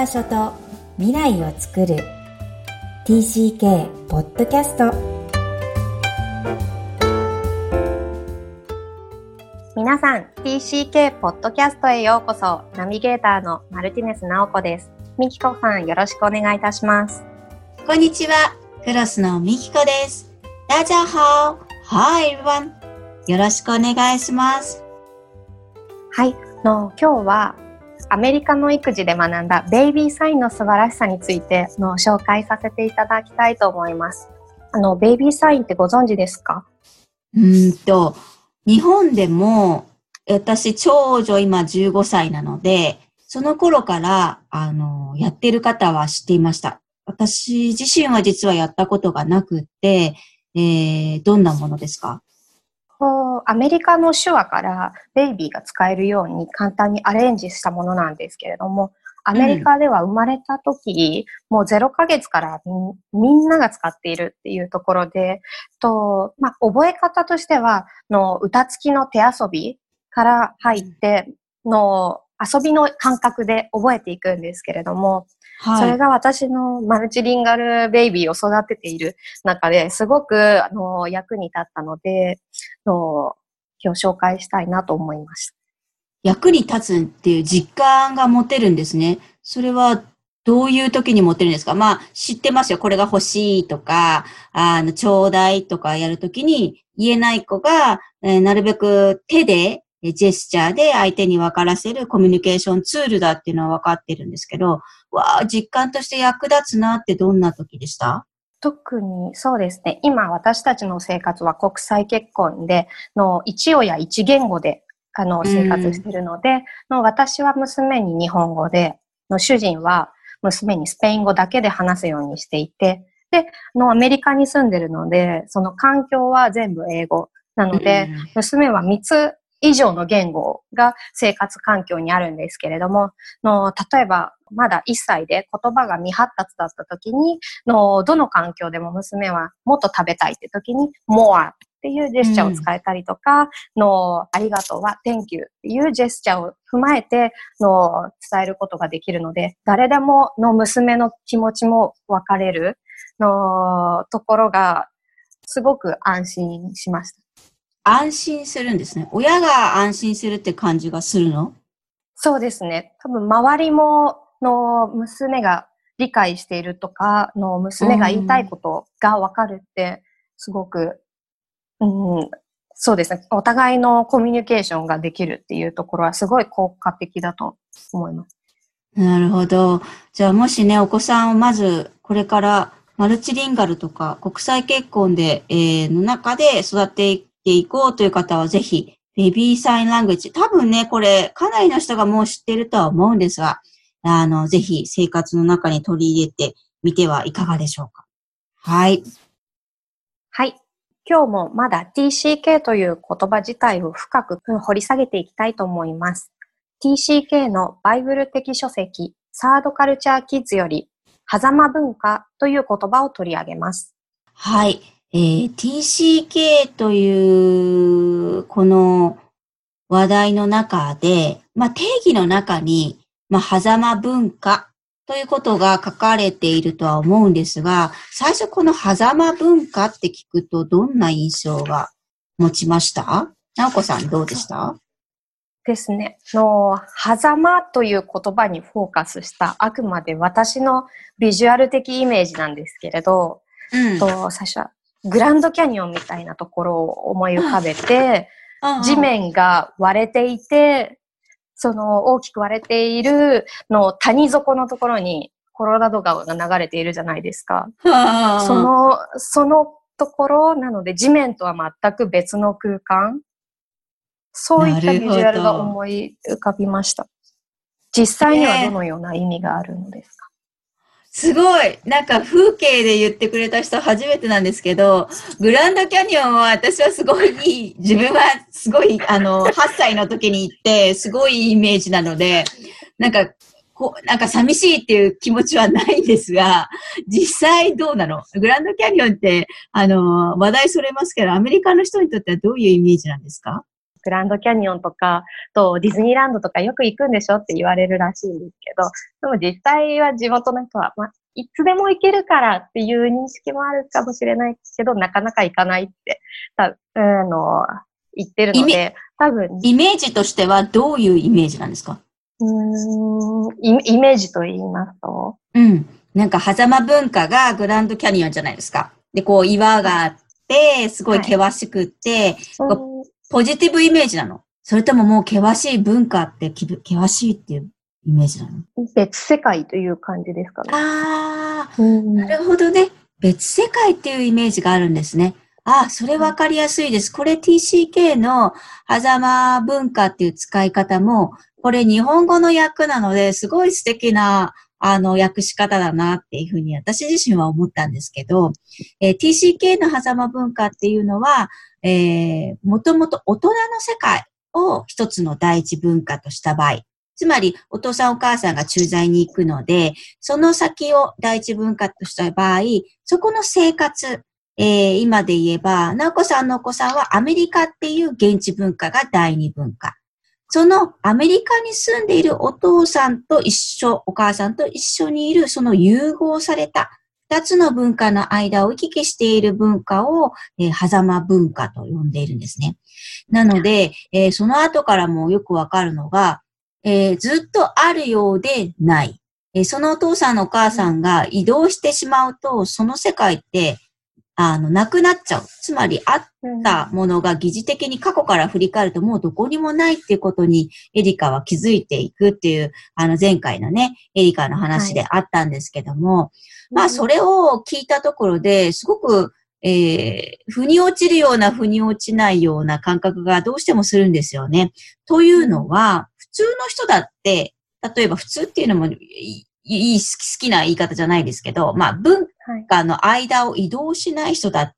場所と未来をつくる TCK ポッドキャスト。 皆さん TCK ポッドキャストへようこそ。ナビゲーターのマルティネス直子です。みきこさん、よろしくお願いいたします。 こんにちは、クロスのみきこです。大家好。Hi everyone。よろしくお願いします。 はい、今日はアメリカの育児で学んだベイビーサインの素晴らしさについて紹介させていただきたいと思います。ベイビーサインってご存知ですか？ 日本でも私長女今15歳なので、その頃からやってる方は知っていました。私自身は実はやったことがなくって、どんなものですか？ アメリカの手話からベイビーが使えるように簡単にアレンジしたものなんですけれども、アメリカでは生まれた時、もう0ヶ月からみんなが使っているっていうところで、覚え方としては歌付きの手遊びから入って遊びの感覚で覚えていくんですけれども、はい、それが私のマルチリンガルベイビーを育てている中ですごく役に立ったので、今日紹介したいなと思いました。 役に立つっていう実感が持てるんですね。それはどういう時に持てるんですか？知ってますよ。これが欲しいとか、ちょうだいとかやるときに言えない子が、なるべく手でジェスチャーで相手に分からせるコミュニケーションツールだっていうのは分かってるんですけど、実感として役立つなってどんな時でした？ 特にそうですね。今私たちの生活は国際結婚で一親一言語で生活しているので、私は娘に日本語で、主人は娘にスペイン語だけで話すようにしていて、で、アメリカに住んでるので、その環境は全部英語なので、娘は3つ以上の言語が生活環境にあるんですけれども、例えばまだ1歳で言葉が未発達だった時に、どの環境でも娘はもっと食べたいって時に more っていうジェスチャーを使えたりとか、ありがとうは thank you っていうジェスチャーを踏まえて伝えることができるので、誰でも娘の気持ちも分かれるところがすごく安心しました。 安心するんですね。親が安心するって感じがするの？ そうですね。多分周りも娘が理解しているとか娘が言いたいことが分かるってすごく、そうですね。お互いのコミュニケーションができるっていうところはすごい効果的だと思います。 なるほど。じゃあもしね、お子さんをまずこれからマルチリンガルとか国際結婚で、の中で育てていこうという方はぜひベビーサインラングエッジ。多分ね、これかなりの人がもう知っているとは思うんですが、ぜひ生活の中に取り入れてみてはいかがでしょうか。はい。 はい。今日もまだ TCK という言葉自体を深く掘り下げていきたいと思います。TCK のバイブル的書籍、サードカルチャーキッズより、狭間文化という言葉を取り上げます。 はい。TCK というこの話題の中で、定義の中に、狭間文化ということが書かれているとは思うんですが、最初この狭間文化って聞くとどんな印象が持ちました？直子さんどうでした？ ですね。狭間という言葉にフォーカスしたあくまで私のビジュアル的イメージなんですけれど、最初はグランドキャニオンみたいなところを思い浮かべて、地面が割れていて、大きく割れている谷底のところにコロラド川が流れているじゃないですか。そのところなので地面とは全く別の空間。そういったビジュアルが思い浮かびました。実際にはどのような意味があるのですか？ すごい風景で言ってくれた人初めてなんですけど、グランドキャニオンは私はすごい自分はすごい8歳の時に行ってすごいイメージなので、寂しいっていう気持ちはないんですが、実際どうなの？グランドキャニオンって話題それますけど、アメリカの人にとってはどういうイメージなんですか？ グランドキャニオンとか、とディズニーランドとかよく行くんでしょって言われるらしいんですけど、でも実際は地元の人は、いつでも行けるからっていう認識もあるかもしれないけど、なかなか行かないって、言ってるので、多分。 イメージとしてはどういうイメージなんですか？ イメージと言いますと、 なんか、狭間文化がグランドキャニオンじゃないですか。で、こう、岩があって、すごい険しくって、ポジティブイメージなの？それとももう険しい文化って、険しいっていうイメージなの？ 別世界という感じですかね。 なるほどね。別世界っていうイメージがあるんですね。それわかりやすいです。これ TCK の狭間文化っていう使い方も、これ日本語の訳なので、すごい素敵な、訳し方だなっていうふうに私自身は思ったんですけど、TCK の狭間文化っていうのは、もともと大人の世界を一つの第一文化とした場合、つまりお父さんお母さんが駐在に行くので、その先を第一文化とした場合、そこの生活、今で言えば、直子さんのお子さんはアメリカっていう現地文化が第二文化。そのアメリカに住んでいるお父さんと一緒、お母さんと一緒にいるその融合された二つの文化の間を行き来している文化を、狭間文化と呼んでいるんですね。なので、その後からもよくわかるのが、ずっとあるようでない。そのお父さんのお母さんが移動してしまうと、その世界って、なくなっちゃう。つまり、あったものが疑似的に過去から振り返るともうどこにもないっていうことにエリカは気づいていくっていう、前回のね、エリカの話であったんですけども、それを聞いたところですごく、腑に落ちるような、腑に落ちないような感覚がどうしてもするんですよね。というのは、普通の人だって、例えば普通っていうのも好きな言い方じゃないですけど、文化の間を移動しない人だって、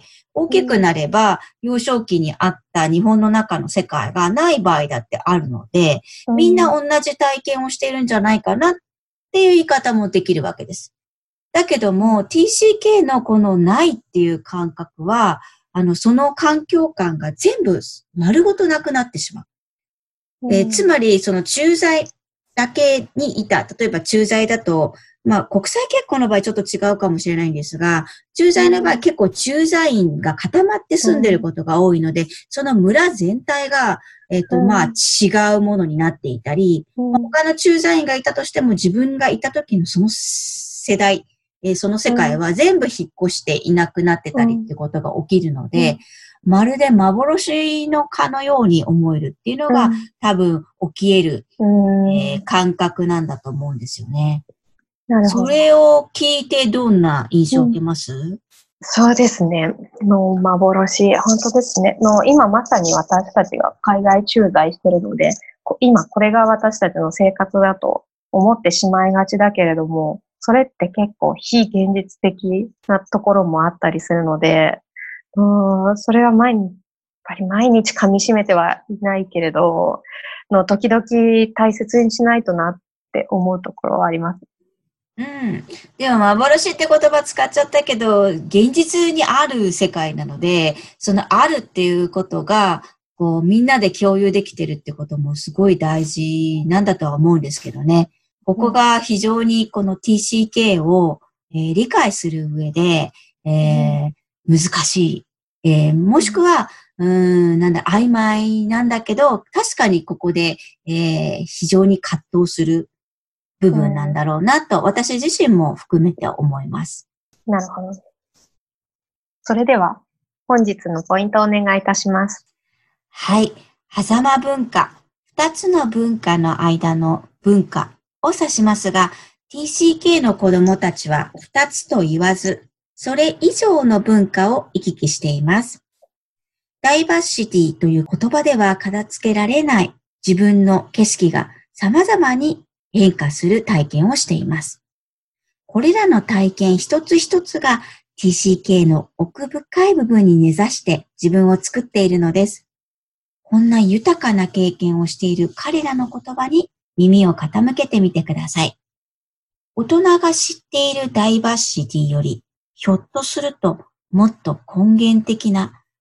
大きくなれば、幼少期にあった日本の中の世界がない場合だってあるので、みんな同じ体験をしているんじゃないかなっていう言い方もできるわけです。だけども、TCK のこのないっていう感覚は、その環境感が全部丸ごとなくなってしまう。つまり、その駐在だけにいた。例えば駐在だと、国際結婚の場合ちょっと違うかもしれないんですが、駐在の場合結構駐在員が固まって住んでることが多いので、その村全体が、違うものになっていたり、他の駐在員がいたとしても自分がいた時のその世代、その世界は全部引っ越していなくなってたりってことが起きるので、まるで幻のかのように思えるっていうのが、多分起き得る、感覚なんだと思うんですよね。それを聞いてどんな印象を受けます？ そうですね。幻、本当ですね。今まさに私たちが海外駐在しているので、今これが私たちの生活だと思ってしまいがちだけれども、それって結構非現実的なところもあったりするので、それは毎日噛み締めてはいないけれど、時々大切にしないとなって思うところはあります。 でも幻って言葉使っちゃったけど、現実にある世界なので、そのあるっていうことが、こうみんなで共有できてるってこともすごい大事なんだとは思うんですけどね。ここが非常にこの TCK を、理解する上で、難しい。もしくは、曖昧なんだけど、確かにここで、非常に葛藤する部分なんだろうなと、私自身も含めて思います。 なるほど。それでは、本日のポイントをお願いいたします。 はい。狭間文化。二つの文化の間の文化を指しますが、TCK の子供たちは二つと言わず、それ以上の文化を行き来しています。ダイバーシティという言葉では片付けられない自分の景色が様々に変化する体験をしています。これらの体験一つ一つが TCK の奥深い部分に根ざして自分を作っているのです。こんな豊かな経験をしている彼らの言葉に耳を傾けてみてください。大人が知っているダイバーシティより、ひょっとするともっと根源的な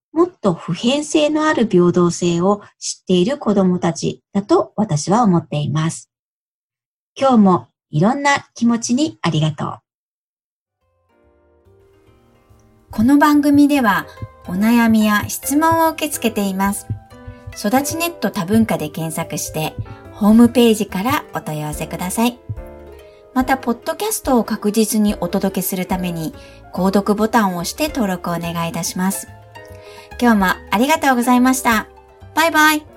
もっと普遍性のある平等性を知っている子どもたちだと私は思っています。今日もいろんな気持ちにありがとう。 この番組ではお悩みや質問を受け付けています。育ちネット多文化で検索してホームページからお問い合わせください。また、ポッドキャストを確実にお届けするために購読ボタンを押して登録をお願いいたします。今日もありがとうございました。バイバイ。